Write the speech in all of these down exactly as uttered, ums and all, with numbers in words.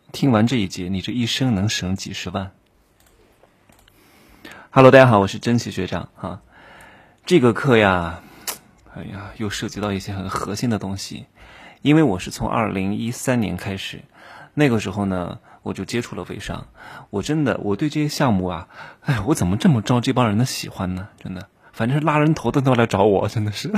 听完这一节，你这一生能省几十万。Hello， 大家好，我是真奇学长哈。这个课呀，哎呀，又涉及到一些很核心的东西。因为我是从二零一三年开始，那个时候呢，我就接触了微商。我真的，我对这些项目啊，哎，我怎么这么招这帮人的喜欢呢？真的，反正是拉人头的都要来找我，真的是。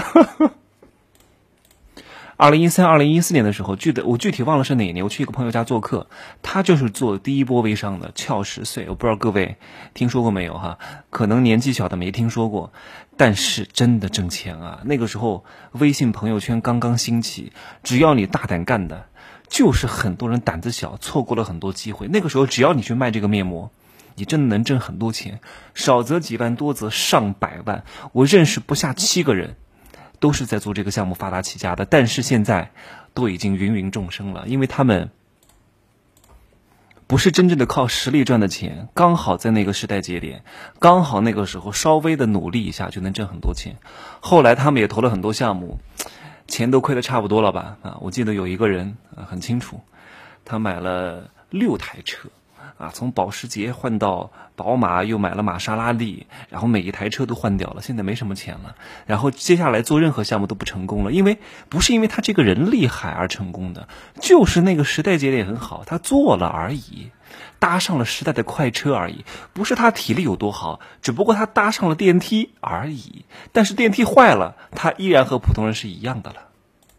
二零一三、二零一四年的时候，具的我具体忘了是哪一年，我去一个朋友家做客，他就是做第一波微商的，俏十岁，我不知道各位听说过没有哈？可能年纪小的没听说过，但是真的挣钱啊！那个时候微信朋友圈刚刚兴起，只要你大胆干的，就是很多人胆子小，错过了很多机会。那个时候只要你去卖这个面膜，你真的能挣很多钱，少则几万，多则上百万。我认识不下七个人。都是在做这个项目发达起家的，但是现在都已经芸芸众生了，因为他们不是真正的靠实力赚的钱，刚好在那个时代节点，刚好那个时候稍微的努力一下就能挣很多钱。后来他们也投了很多项目，钱都亏得差不多了吧？啊，我记得有一个人啊很清楚，他买了六台车。啊，从保时捷换到宝马，又买了玛莎拉蒂，然后每一台车都换掉了，现在没什么钱了。然后接下来做任何项目都不成功了，因为不是因为他这个人厉害而成功的，就是那个时代节点很好，他做了而已，搭上了时代的快车而已，不是他体力有多好，只不过他搭上了电梯而已。但是电梯坏了，他依然和普通人是一样的了。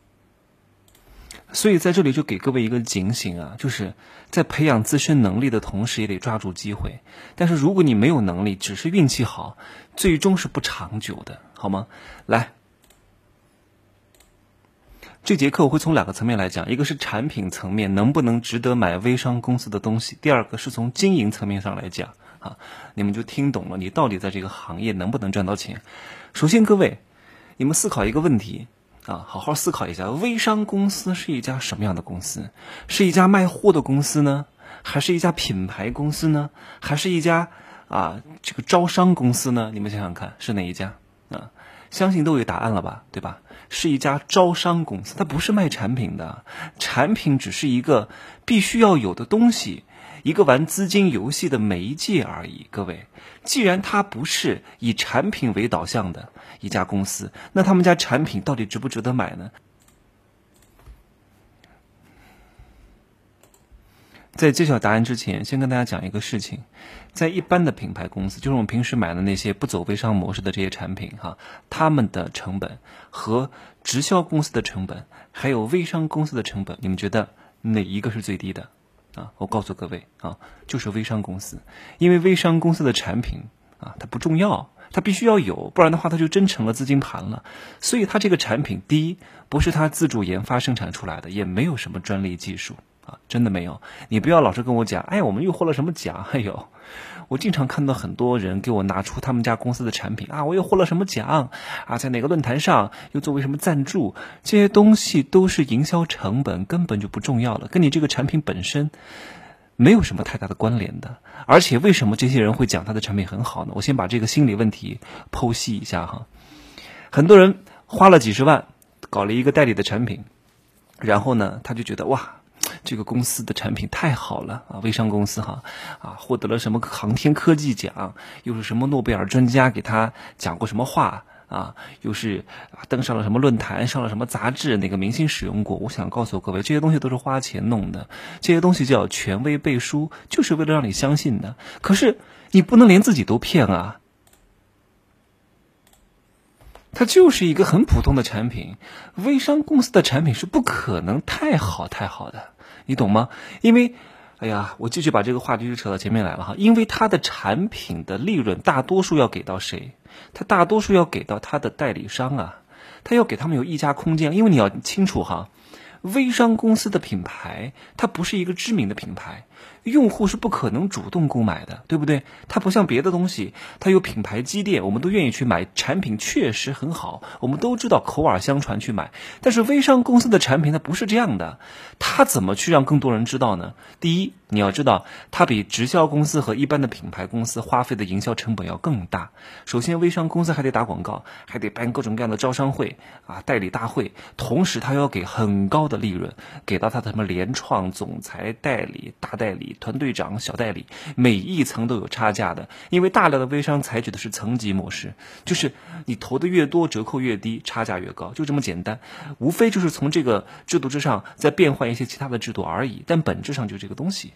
所以在这里就给各位一个警醒啊，就是在培养自身能力的同时，也得抓住机会。但是如果你没有能力，只是运气好，最终是不长久的，好吗？来，这节课我会从两个层面来讲，一个是产品层面，能不能值得买微商公司的东西；第二个是从经营层面上来讲啊，你们就听懂了，你到底在这个行业能不能赚到钱。首先，各位，你们思考一个问题。啊，好好思考一下，微商公司是一家什么样的公司？是一家卖货的公司呢，还是一家品牌公司呢，还是一家啊这个招商公司呢？你们想想看，是哪一家啊？相信都有答案了吧，对吧？是一家招商公司，它不是卖产品的，产品只是一个必须要有的东西，一个玩资金游戏的媒介而已。各位，既然它不是以产品为导向的一家公司，那他们家产品到底值不值得买呢？在揭晓答案之前，先跟大家讲一个事情，在一般的品牌公司，就是我们平时买的那些不走微商模式的这些产品哈，他们的成本和直销公司的成本，还有微商公司的成本，你们觉得哪一个是最低的？啊，我告诉各位啊，就是微商公司，因为微商公司的产品啊，它不重要，它必须要有，不然的话它就真成了资金盘了。所以它这个产品，第一不是它自主研发生产出来的，也没有什么专利技术啊，真的没有。你不要老是跟我讲，哎，我们又获了什么奖？哎呦，我经常看到很多人给我拿出他们家公司的产品啊，我又获了什么奖啊，在哪个论坛上又作为什么赞助，这些东西都是营销成本，根本就不重要了，跟你这个产品本身没有什么太大的关联的。而且为什么这些人会讲他的产品很好呢？我先把这个心理问题剖析一下哈。很多人花了几十万搞了一个代理的产品，然后呢他就觉得哇，这个公司的产品太好了啊，微商公司哈啊，获得了什么航天科技奖，又是什么诺贝尔专家给他讲过什么话啊，又是登上了什么论坛，上了什么杂志，哪个明星使用过。我想告诉各位，这些东西都是花钱弄的，这些东西叫权威背书，就是为了让你相信的。可是你不能连自己都骗啊，它就是一个很普通的产品，微商公司的产品是不可能太好太好的，你懂吗？因为哎呀，我继续把这个话题就扯到前面来了哈，因为它的产品的利润大多数要给到谁？它大多数要给到它的代理商啊，它要给他们有溢价空间，因为你要清楚哈，微商公司的品牌它不是一个知名的品牌，用户是不可能主动购买的，对不对？它不像别的东西，它有品牌积淀，我们都愿意去买，产品确实很好，我们都知道口耳相传去买。但是微商公司的产品它不是这样的，它怎么去让更多人知道呢？第一， 你要知道，它比直销公司和一般的品牌公司花费的营销成本要更大。首先，微商公司还得打广告，还得办各种各样的招商会啊、代理大会，同时他要给很高的利润，给到他的什么联创、总裁、代理、大代理、团队长、小代理，每一层都有差价的。因为大量的微商采取的是层级模式，就是你投的越多，折扣越低，差价越高，就这么简单。无非就是从这个制度之上再变换一些其他的制度而已，但本质上就这个东西。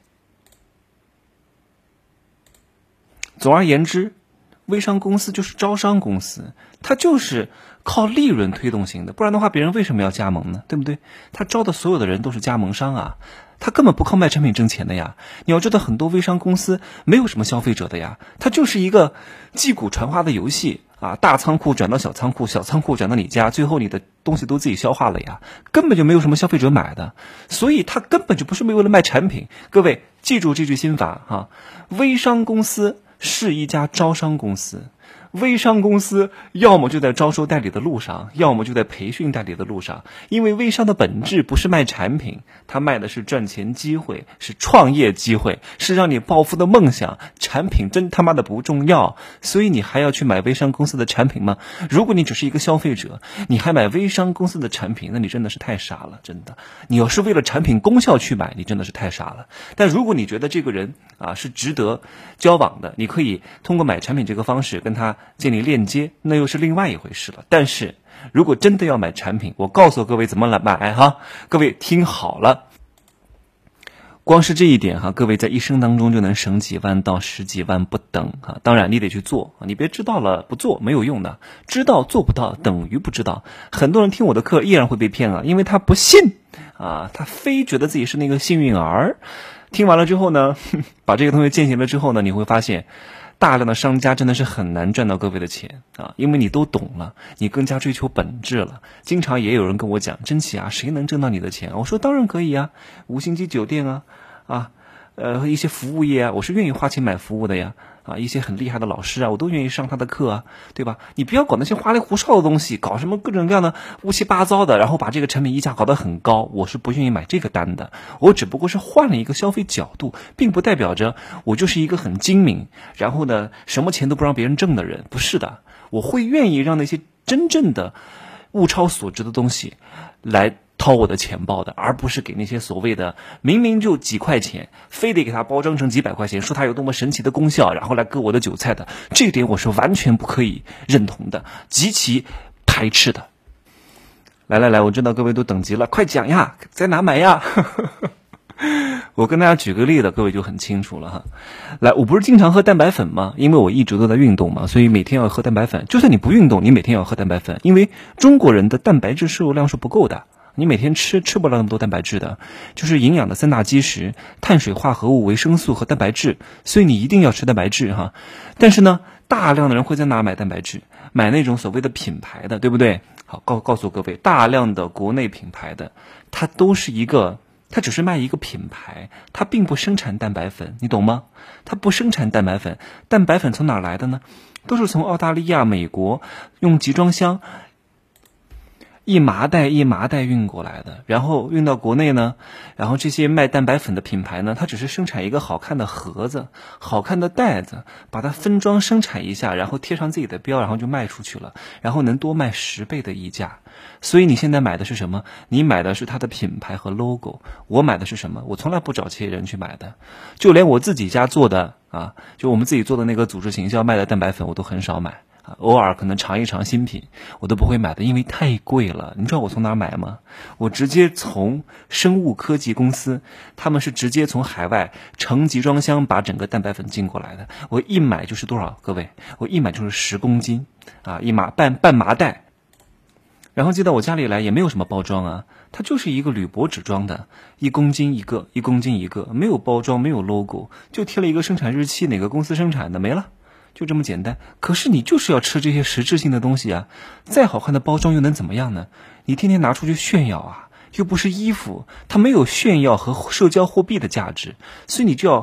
总而言之，微商公司就是招商公司，它就是靠利润推动型的，不然的话别人为什么要加盟呢？对不对？他招的所有的人都是加盟商啊，他根本不靠卖产品挣钱的呀。你要知道，很多微商公司没有什么消费者的呀，它就是一个击鼓传花的游戏啊，大仓库转到小仓库，小仓库转到你家，最后你的东西都自己消化了呀，根本就没有什么消费者买的，所以它根本就不是为了卖产品。各位记住这句心法哈，微商公司是一家招商公司，微商公司要么就在招收代理的路上，要么就在培训代理的路上。因为微商的本质不是卖产品，它卖的是赚钱机会，是创业机会，是让你暴富的梦想。产品真他妈的不重要，所以你还要去买微商公司的产品吗？如果你只是一个消费者，你还买微商公司的产品，那你真的是太傻了，真的。你要是为了产品功效去买，你真的是太傻了。但如果你觉得这个人啊是值得交往的，你可以通过买产品这个方式跟他建立链接，那又是另外一回事了。但是如果真的要买产品，我告诉各位怎么来买哈，各位听好了，光是这一点哈，各位在一生当中就能省几万到十几万不等哈。当然你得去做，你别知道了不做没有用的，知道做不到等于不知道。很多人听我的课依然会被骗啊，因为他不信啊，他非觉得自己是那个幸运儿。听完了之后呢，把这个东西践行了之后呢，你会发现大量的商家真的是很难赚到各位的钱啊，因为你都懂了，你更加追求本质了。经常也有人跟我讲，真奇啊，谁能挣到你的钱？我说当然可以啊，五星级酒店啊，啊，呃，一些服务业啊，我是愿意花钱买服务的呀。啊，一些很厉害的老师啊，我都愿意上他的课啊，对吧？你不要搞那些花里胡哨的东西，搞什么各种各样的乌七八糟的，然后把这个产品溢价搞得很高，我是不愿意买这个单的。我只不过是换了一个消费角度，并不代表着我就是一个很精明，然后呢，什么钱都不让别人挣的人，不是的。我会愿意让那些真正的物超所值的东西来掏我的钱包的，而不是给那些所谓的明明就几块钱，非得给它包装成几百块钱，说它有多么神奇的功效，然后来割我的韭菜的，这一点我是完全不可以认同的，极其排斥的。来来来，我知道各位都等急了，快讲呀，在哪买呀？我跟大家举个例子，各位就很清楚了哈。来，我不是经常喝蛋白粉吗？因为我一直都在运动嘛，所以每天要喝蛋白粉。就算你不运动，你每天要喝蛋白粉，因为中国人的蛋白质摄入量是不够的。你每天吃吃不了那么多蛋白质的，就是营养的三大基石：碳水化合物、维生素和蛋白质。所以你一定要吃蛋白质哈。但是呢，大量的人会在哪买蛋白质？买那种所谓的品牌的，对不对？好，告告诉各位，大量的国内品牌的，它都是一个，它只是卖一个品牌，它并不生产蛋白粉，你懂吗？它不生产蛋白粉，蛋白粉从哪来的呢？都是从澳大利亚、美国用集装箱一麻袋一麻袋运过来的，然后运到国内呢，然后这些卖蛋白粉的品牌呢，它只是生产一个好看的盒子、好看的袋子，把它分装生产一下，然后贴上自己的标，然后就卖出去了，然后能多卖十倍的溢价。所以你现在买的是什么？你买的是它的品牌和 logo。我买的是什么？我从来不找这些人去买的，就连我自己家做的啊，就我们自己做的那个组织行销卖的蛋白粉，我都很少买。偶尔可能尝一尝新品，我都不会买的，因为太贵了。你知道我从哪儿买吗？我直接从生物科技公司，他们是直接从海外乘集装箱把整个蛋白粉进过来的。我一买就是多少？各位，我一买就是十公斤啊，一麻半半麻袋。然后寄到我家里来也没有什么包装啊，它就是一个铝箔纸装的，一公斤一个，一公斤一个，没有包装，没有 logo， 就贴了一个生产日期，哪个公司生产的，没了。就这么简单。可是你就是要吃这些实质性的东西啊，再好看的包装又能怎么样呢？你天天拿出去炫耀啊，又不是衣服，它没有炫耀和社交货币的价值，所以你就要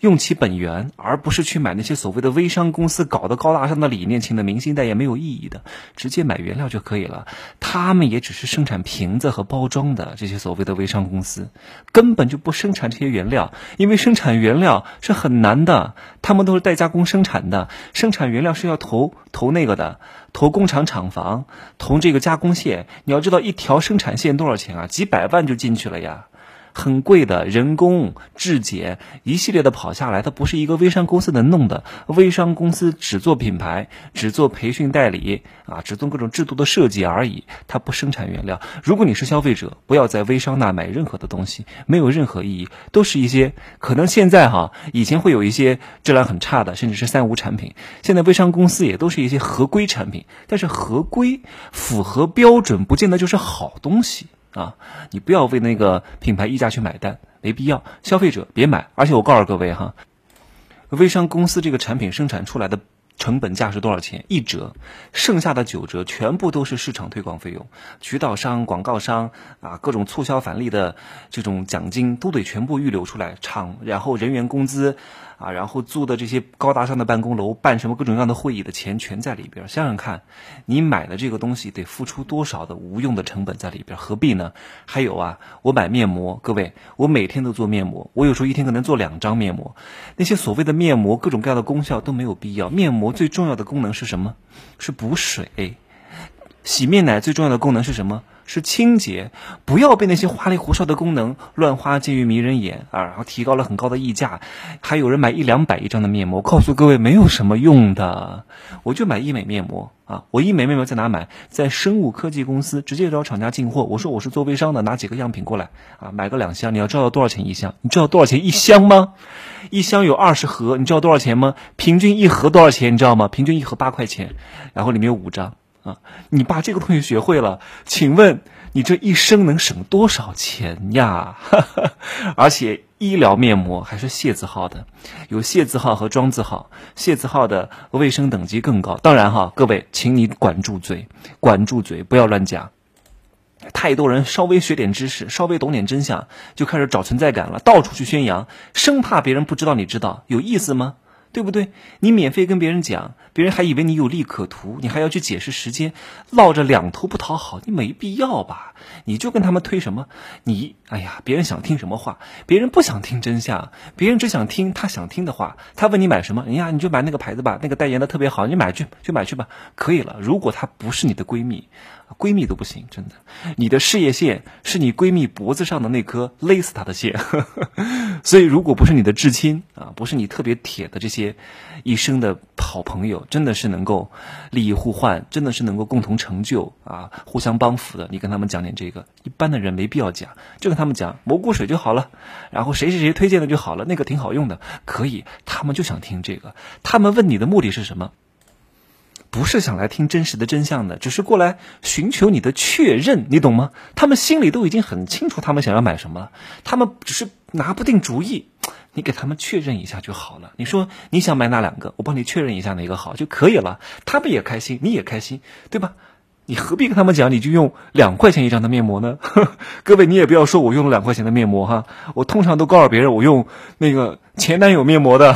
用其本源，而不是去买那些所谓的微商公司搞的高大上的理念，请的明星代言没有意义的，直接买原料就可以了。他们也只是生产瓶子和包装的，这些所谓的微商公司根本就不生产这些原料，因为生产原料是很难的，他们都是代加工生产的，生产原料是要投投那个的，投工厂厂房，投这个加工线。你要知道一条生产线多少钱啊？几百万就进去了呀。很贵的人工质检一系列的跑下来，它不是一个微商公司能弄的。微商公司只做品牌，只做培训代理啊，只做各种制度的设计而已，它不生产原料。如果你是消费者，不要在微商那买任何的东西，没有任何意义，都是一些可能现在哈，以前会有一些质量很差的，甚至是三无产品，现在微商公司也都是一些合规产品，但是合规符合标准不见得就是好东西啊，你不要为那个品牌溢价去买单，没必要。消费者别买。而且我告诉各位哈，微商公司这个产品生产出来的成本价是多少钱？一折，剩下的九折全部都是市场推广费用，渠道商、广告商啊，各种促销返利的这种奖金都得全部预留出来，厂然后人员工资啊，然后租的这些高大上的办公楼，办什么各种各样的会议的钱全在里边。想想看，你买的这个东西得付出多少的无用的成本在里边，何必呢？还有啊，我买面膜，各位，我每天都做面膜，我有时候一天可能做两张面膜，那些所谓的面膜各种各样的功效都没有必要。面膜最重要的功能是什么？是补水。洗面奶最重要的功能是什么？是清洁。不要被那些花里胡哨的功能乱花渐欲迷人眼啊，然后提高了很高的溢价，还有人买一两百一张的面膜，告诉各位没有什么用的。我就买医美面膜啊，我医美面膜在哪买？在生物科技公司，直接找厂家进货。我说我是做微商的，拿几个样品过来啊，买个两箱。你要知道多少钱一箱？你知道多少钱一箱吗？一箱有二十盒，你知道多少钱吗？平均一盒多少钱？你知道吗？平均一盒八块钱，然后里面有五张。啊，你把这个东西学会了，请问你这一生能省多少钱呀？而且医疗面膜还是械字号的，有械字号和庄字号，械字号的卫生等级更高。当然哈，各位，请你管住嘴，管住嘴，不要乱讲。太多人稍微学点知识，稍微懂点真相，就开始找存在感了，到处去宣扬，生怕别人不知道你知道，有意思吗？对不对？你免费跟别人讲，别人还以为你有利可图，你还要去解释时间，落着两头不讨好，你没必要吧？你就跟他们推什么？你哎呀，别人想听什么话？别人不想听真相，别人只想听他想听的话。他问你买什么？哎呀，你就买那个牌子吧，那个代言的特别好，你买去就买去吧，可以了。如果她不是你的闺蜜，闺蜜都不行，真的。你的事业线是你闺蜜脖子上的那颗勒死她的线，所以如果不是你的至亲啊，不是你特别铁的这些一生的好朋友，真的是能够利益互换，真的是能够共同成就啊，互相帮扶的。你跟他们讲点这个，一般的人没必要讲，就跟他们讲蘑菇水就好了，然后谁谁谁推荐的就好了，那个挺好用的，可以。他们就想听这个，他们问你的目的是什么？不是想来听真实的真相的，只是过来寻求你的确认，你懂吗？他们心里都已经很清楚他们想要买什么了，他们只是拿不定主意，你给他们确认一下就好了。你说你想买哪两个，我帮你确认一下哪个好就可以了，他们也开心，你也开心，对吧？你何必跟他们讲你就用两块钱一张的面膜呢？各位，你也不要说我用了两块钱的面膜哈，我通常都告诉别人我用那个前男友面膜的。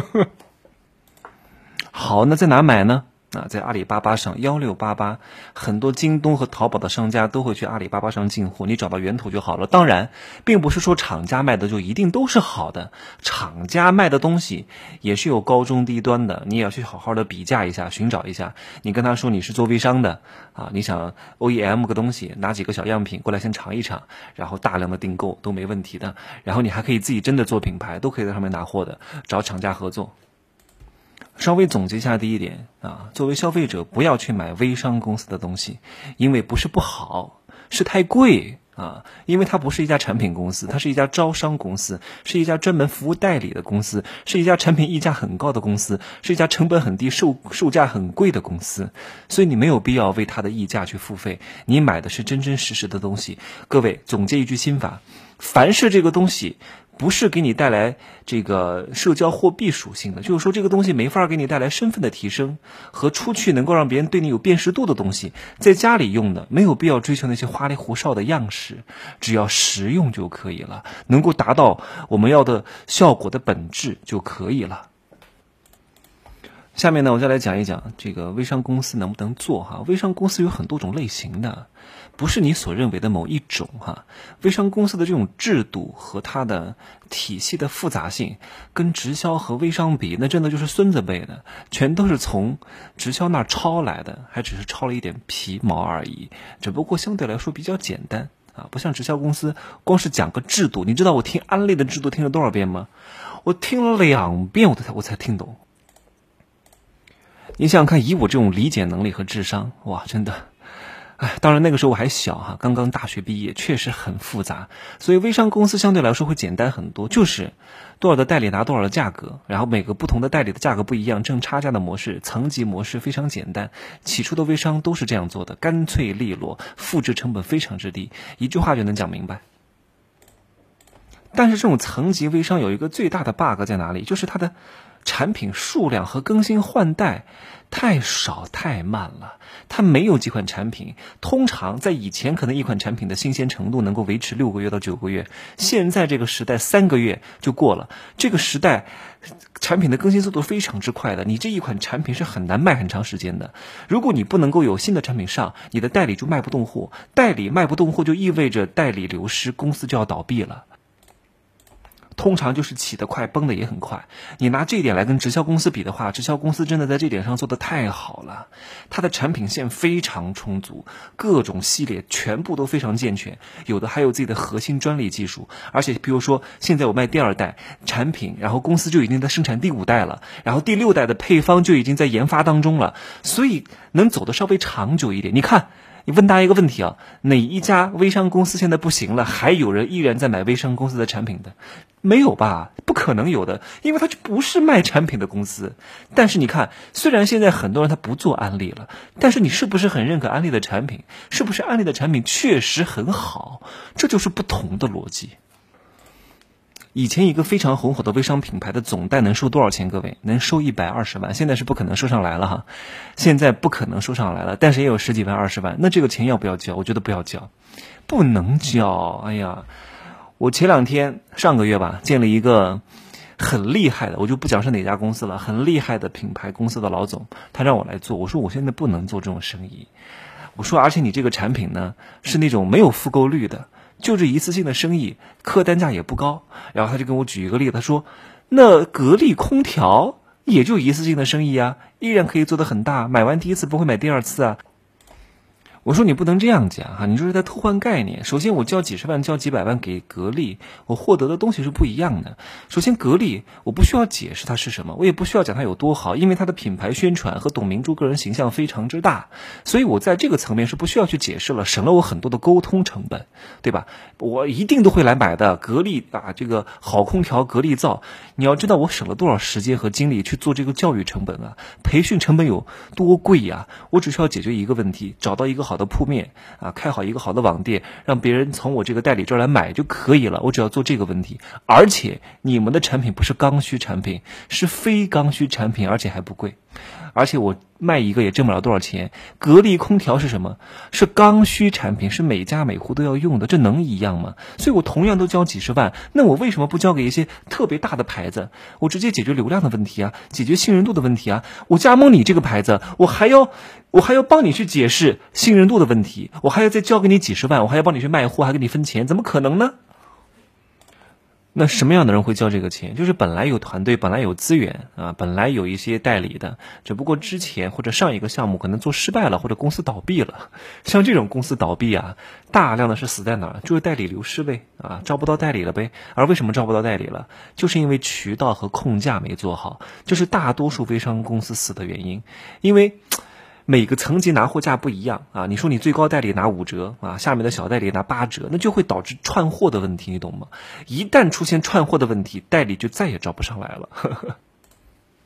好，那在哪买呢？啊，在阿里巴巴上一六八八，很多京东和淘宝的商家都会去阿里巴巴上进货，你找到源头就好了。当然，并不是说厂家卖的就一定都是好的，厂家卖的东西也是有高中低端的，你也要去好好的比价一下，寻找一下。你跟他说你是做微商的啊，你想 O E M 个东西，拿几个小样品过来先尝一尝，然后大量的订购都没问题的。然后你还可以自己真的做品牌，都可以在上面拿货的，找厂家合作。稍微总结一下第一点啊，作为消费者不要去买微商公司的东西，因为不是不好，是太贵啊，因为它不是一家产品公司，它是一家招商公司，是一家专门服务代理的公司，是一家产品溢价很高的公司，是一家成本很低、售售价很贵的公司，所以你没有必要为它的溢价去付费，你买的是真真实实的东西。各位，总结一句心法，凡是这个东西不是给你带来这个社交货币属性的，就是说这个东西没法给你带来身份的提升和出去能够让别人对你有辨识度的东西，在家里用的没有必要追求那些花里胡哨的样式，只要实用就可以了，能够达到我们要的效果的本质就可以了。下面呢，我再来讲一讲这个微商公司能不能做哈。微商公司有很多种类型的，不是你所认为的某一种哈。微商公司的这种制度和它的体系的复杂性，跟直销和微商比，那真的就是孙子辈的，全都是从直销那儿抄来的，还只是抄了一点皮毛而已，只不过相对来说比较简单啊，不像直销公司光是讲个制度。你知道我听安利的制度听了多少遍吗？我听了两遍我才我才听懂。你想想看，以我这种理解能力和智商，哇，真的，哎，当然那个时候我还小哈，刚刚大学毕业，确实很复杂。所以微商公司相对来说会简单很多，就是多少的代理拿多少的价格，然后每个不同的代理的价格不一样，挣差价的模式、层级模式非常简单。起初的微商都是这样做的，干脆利落，复制成本非常之低，一句话就能讲明白。但是这种层级微商有一个最大的 bug 在哪里？就是它的产品数量和更新换代太少太慢了，它没有几款产品。通常在以前可能一款产品的新鲜程度能够维持六个月到九个月，现在这个时代三个月就过了。这个时代产品的更新速度非常之快的，你这一款产品是很难卖很长时间的。如果你不能够有新的产品上，你的代理就卖不动货，代理卖不动货就意味着代理流失，公司就要倒闭了。通常就是起得快，崩的也很快。你拿这一点来跟直销公司比的话，直销公司真的在这点上做得太好了，它的产品线非常充足，各种系列全部都非常健全，有的还有自己的核心专利技术。而且比如说现在我卖第二代产品，然后公司就已经在生产第五代了，然后第六代的配方就已经在研发当中了，所以能走得稍微长久一点。你看，你问大家一个问题啊，哪一家微商公司现在不行了，还有人依然在买微商公司的产品的？没有吧？不可能有的，因为它就不是卖产品的公司。但是你看，虽然现在很多人他不做安利了，但是你是不是很认可安利的产品？是不是安利的产品确实很好？这就是不同的逻辑。以前一个非常红火的微商品牌的总代能收多少钱？各位，能收一百二十万，现在是不可能收上来了哈，现在不可能收上来了，但是也有十几万、二十万，那这个钱要不要交？我觉得不要交，不能交。哎呀，我前两天上个月吧，见了一个很厉害的，我就不讲是哪家公司了，很厉害的品牌公司的老总，他让我来做，我说我现在不能做这种生意，我说而且你这个产品呢是那种没有复购率的。就这一次性的生意，客单价也不高。然后他就跟我举一个例子，他说那格力空调也就一次性的生意啊，依然可以做得很大，买完第一次不会买第二次啊。我说你不能这样讲哈，你这是在偷换概念。首先我交几十万交几百万给格力，我获得的东西是不一样的。首先格力我不需要解释它是什么，我也不需要讲它有多好，因为它的品牌宣传和董明珠个人形象非常之大，所以我在这个层面是不需要去解释了，省了我很多的沟通成本，对吧？我一定都会来买的。格力啊，这个好空调格力造，你要知道我省了多少时间和精力去做这个教育成本啊，培训成本有多贵呀、啊！我只需要解决一个问题，找到一个好的铺面啊，开好一个好的网店，让别人从我这个代理这儿来买就可以了。我只要做这个问题，而且你们的产品不是刚需产品，是非刚需产品，而且还不贵。而且我卖一个也挣不了多少钱。格力空调是什么？是刚需产品，是每家每户都要用的，这能一样吗？所以我同样都交几十万，那我为什么不交给一些特别大的牌子？我直接解决流量的问题啊，解决信任度的问题啊。我加盟你这个牌子，我还要我还要帮你去解释信任度的问题，我还要再交给你几十万，我还要帮你去卖货，还给你分钱，怎么可能呢？那什么样的人会交这个钱？就是本来有团队，本来有资源啊，本来有一些代理的，只不过之前或者上一个项目可能做失败了，或者公司倒闭了。像这种公司倒闭啊，大量的是死在哪儿？就是代理流失呗，啊，招不到代理了呗。而为什么招不到代理了？就是因为渠道和控价没做好，这是大多数微商公司死的原因。因为每个层级拿货价不一样啊，你说你最高代理拿五折啊，下面的小代理拿八折，那就会导致串货的问题，你懂吗？一旦出现串货的问题，代理就再也招不上来了。呵呵。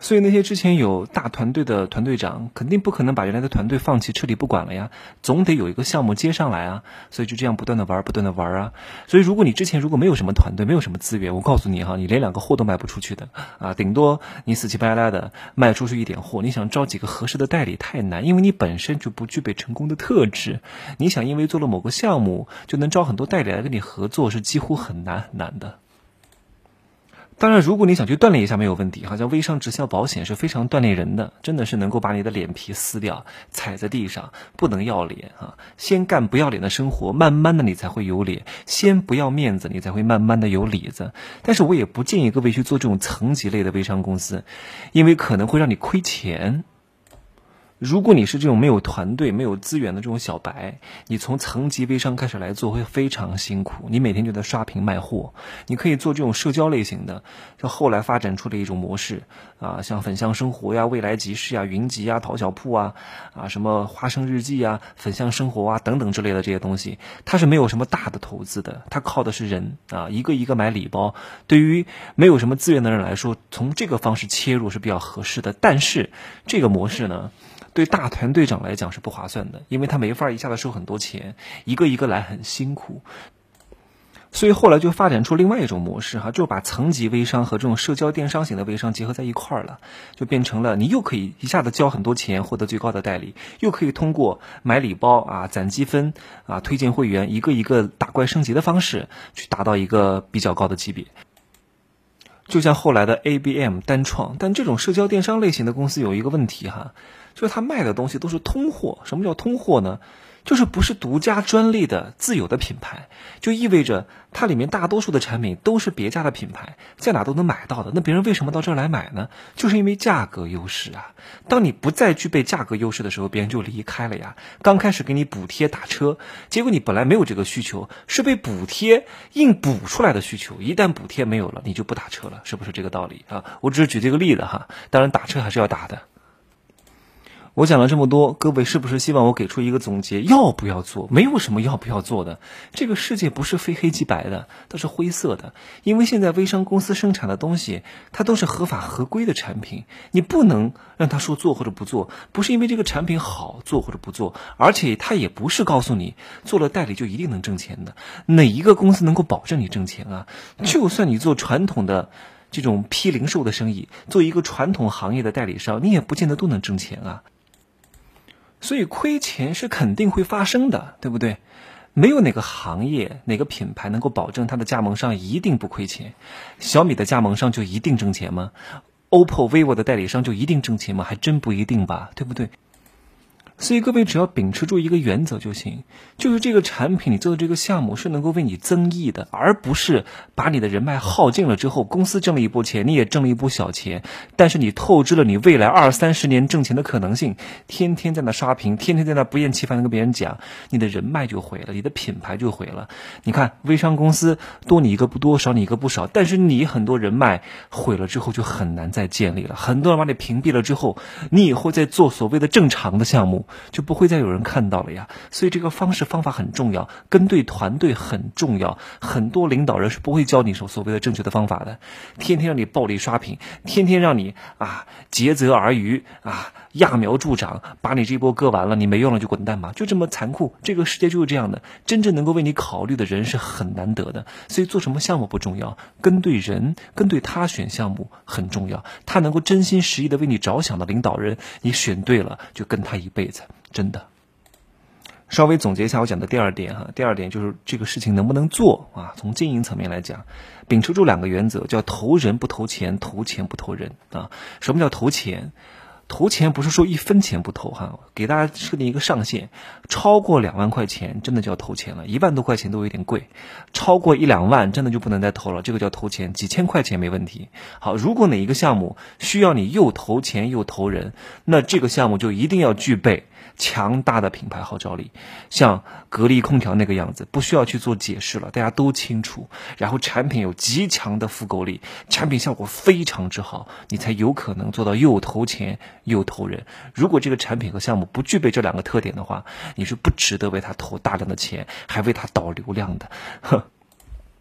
所以那些之前有大团队的团队长，肯定不可能把原来的团队放弃彻底不管了呀，总得有一个项目接上来啊，所以就这样不断的玩不断的玩啊。所以如果你之前如果没有什么团队，没有什么资源，我告诉你哈，你连两个货都卖不出去的啊，顶多你死乞白赖的卖出去一点货，你想招几个合适的代理太难，因为你本身就不具备成功的特质，你想因为做了某个项目就能招很多代理来跟你合作，是几乎很难很难的。当然如果你想去锻炼一下没有问题，好像微商直销保险是非常锻炼人的，真的是能够把你的脸皮撕掉，踩在地上不能要脸啊！先干不要脸的生活，慢慢的你才会有脸，先不要面子，你才会慢慢的有里子。但是我也不建议各位去做这种层级类的微商公司，因为可能会让你亏钱。如果你是这种没有团队没有资源的这种小白，你从层级微商开始来做会非常辛苦，你每天就在刷屏卖货。你可以做这种社交类型的，就后来发展出了一种模式啊，像粉象生活呀、未来集市呀、云集啊、淘小铺啊啊什么花生日记啊、粉象生活啊等等之类的这些东西，它是没有什么大的投资的，它靠的是人啊，一个一个买礼包。对于没有什么资源的人来说，从这个方式切入是比较合适的。但是这个模式呢，对大团队长来讲是不划算的，因为他没法一下子收很多钱，一个一个来很辛苦。所以后来就发展出另外一种模式哈，就把层级微商和这种社交电商型的微商结合在一块儿了，就变成了你又可以一下子交很多钱获得最高的代理，又可以通过买礼包啊、攒积分啊、推荐会员，一个一个打怪升级的方式去达到一个比较高的级别。就像后来的 A B M 单创，但这种社交电商类型的公司有一个问题哈，就是他卖的东西都是通货。什么叫通货呢？就是不是独家专利的自有的品牌，就意味着它里面大多数的产品都是别家的品牌，在哪都能买到的。那别人为什么到这儿来买呢？就是因为价格优势啊。当你不再具备价格优势的时候，别人就离开了呀。刚开始给你补贴打车，结果你本来没有这个需求，是被补贴硬补出来的需求。一旦补贴没有了，你就不打车了，是不是这个道理啊？我只是举这个例子哈，当然打车还是要打的。我讲了这么多，各位是不是希望我给出一个总结？要不要做？没有什么要不要做的。这个世界不是非黑即白的，都是灰色的。因为现在微商公司生产的东西，它都是合法合规的产品，你不能让他说做或者不做，不是因为这个产品好做或者不做，而且他也不是告诉你做了代理就一定能挣钱的。哪一个公司能够保证你挣钱啊？就算你做传统的这种批零售的生意，做一个传统行业的代理商，你也不见得都能挣钱啊。所以亏钱是肯定会发生的，对不对？没有哪个行业哪个品牌能够保证它的加盟商一定不亏钱。小米的加盟商就一定挣钱吗？ O P P O、vivo 的代理商就一定挣钱吗？还真不一定吧，对不对？所以各位只要秉持住一个原则就行，就是这个产品你做的这个项目是能够为你增益的，而不是把你的人脉耗尽了之后，公司挣了一波钱，你也挣了一波小钱，但是你透支了你未来二三十年挣钱的可能性，天天在那刷屏，天天在那不厌其烦的跟别人讲，你的人脉就毁了，你的品牌就毁了。你看微商公司多你一个不多，少你一个不少，但是你很多人脉毁了之后就很难再建立了，很多人把你屏蔽了之后，你以后再做所谓的正常的项目就不会再有人看到了呀。所以这个方式方法很重要，跟对团队很重要。很多领导人是不会教你所所谓的正确的方法的，天天让你暴力刷屏，天天让你啊竭泽而渔啊揠苗助长，把你这波割完了，你没用了就滚蛋嘛，就这么残酷。这个世界就是这样的，真正能够为你考虑的人是很难得的。所以做什么项目不重要，跟对人跟对他选项目很重要。他能够真心实意的为你着想的领导人，你选对了就跟他一辈子，真的。稍微总结一下我讲的第二点哈，第二点就是这个事情能不能做啊？从经营层面来讲，秉持住两个原则，叫投人不投钱，投钱不投人啊。什么叫投钱？投钱不是说一分钱不投哈，给大家设定一个上限，超过两万块钱真的叫投钱了，一万多块钱都有点贵，超过一两万真的就不能再投了，这个叫投钱，几千块钱没问题。好，如果哪一个项目需要你又投钱又投人，那这个项目就一定要具备强大的品牌号召力，像格力空调那个样子，不需要去做解释了，大家都清楚。然后产品有极强的复购力，产品效果非常之好，你才有可能做到又投钱又投人。如果这个产品和项目不具备这两个特点的话，你是不值得为它投大量的钱，还为它导流量的。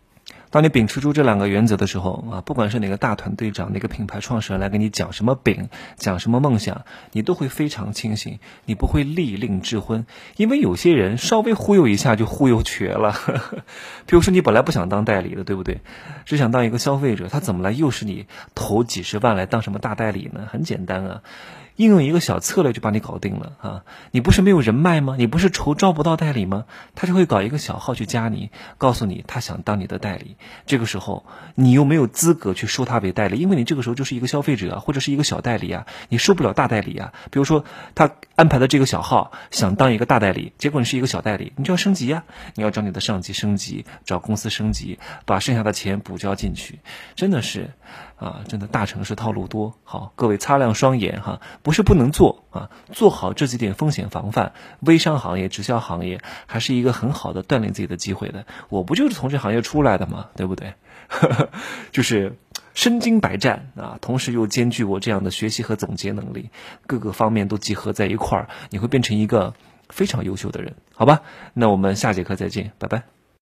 当你秉持住这两个原则的时候啊，不管是哪个大团队长、哪个品牌创始人来跟你讲什么饼、讲什么梦想，你都会非常清醒，你不会利令智昏。因为有些人稍微忽悠一下就忽悠瘸了。比如说你本来不想当代理的，对不对？只想当一个消费者，他怎么来诱使你投几十万来当什么大代理呢？很简单啊。应用一个小策略就把你搞定了啊！你不是没有人脉吗？你不是愁招不到代理吗？他就会搞一个小号去加你，告诉你他想当你的代理。这个时候你又没有资格去收他为代理，因为你这个时候就是一个消费者啊，或者是一个小代理啊，你收不了大代理啊。比如说他安排的这个小号想当一个大代理，结果你是一个小代理，你就要升级啊！你要找你的上级升级，找公司升级，把剩下的钱补交进去。真的是啊，真的大城市套路多。好，各位擦亮双眼哈，不是不能做啊，做好这几点风险防范，微商行业、直销行业还是一个很好的锻炼自己的机会的。我不就是从这行业出来的吗？对不对？就是身经百战啊，同时又兼具我这样的学习和总结能力，各个方面都集合在一块儿，你会变成一个非常优秀的人，好吧？那我们下节课再见，拜拜。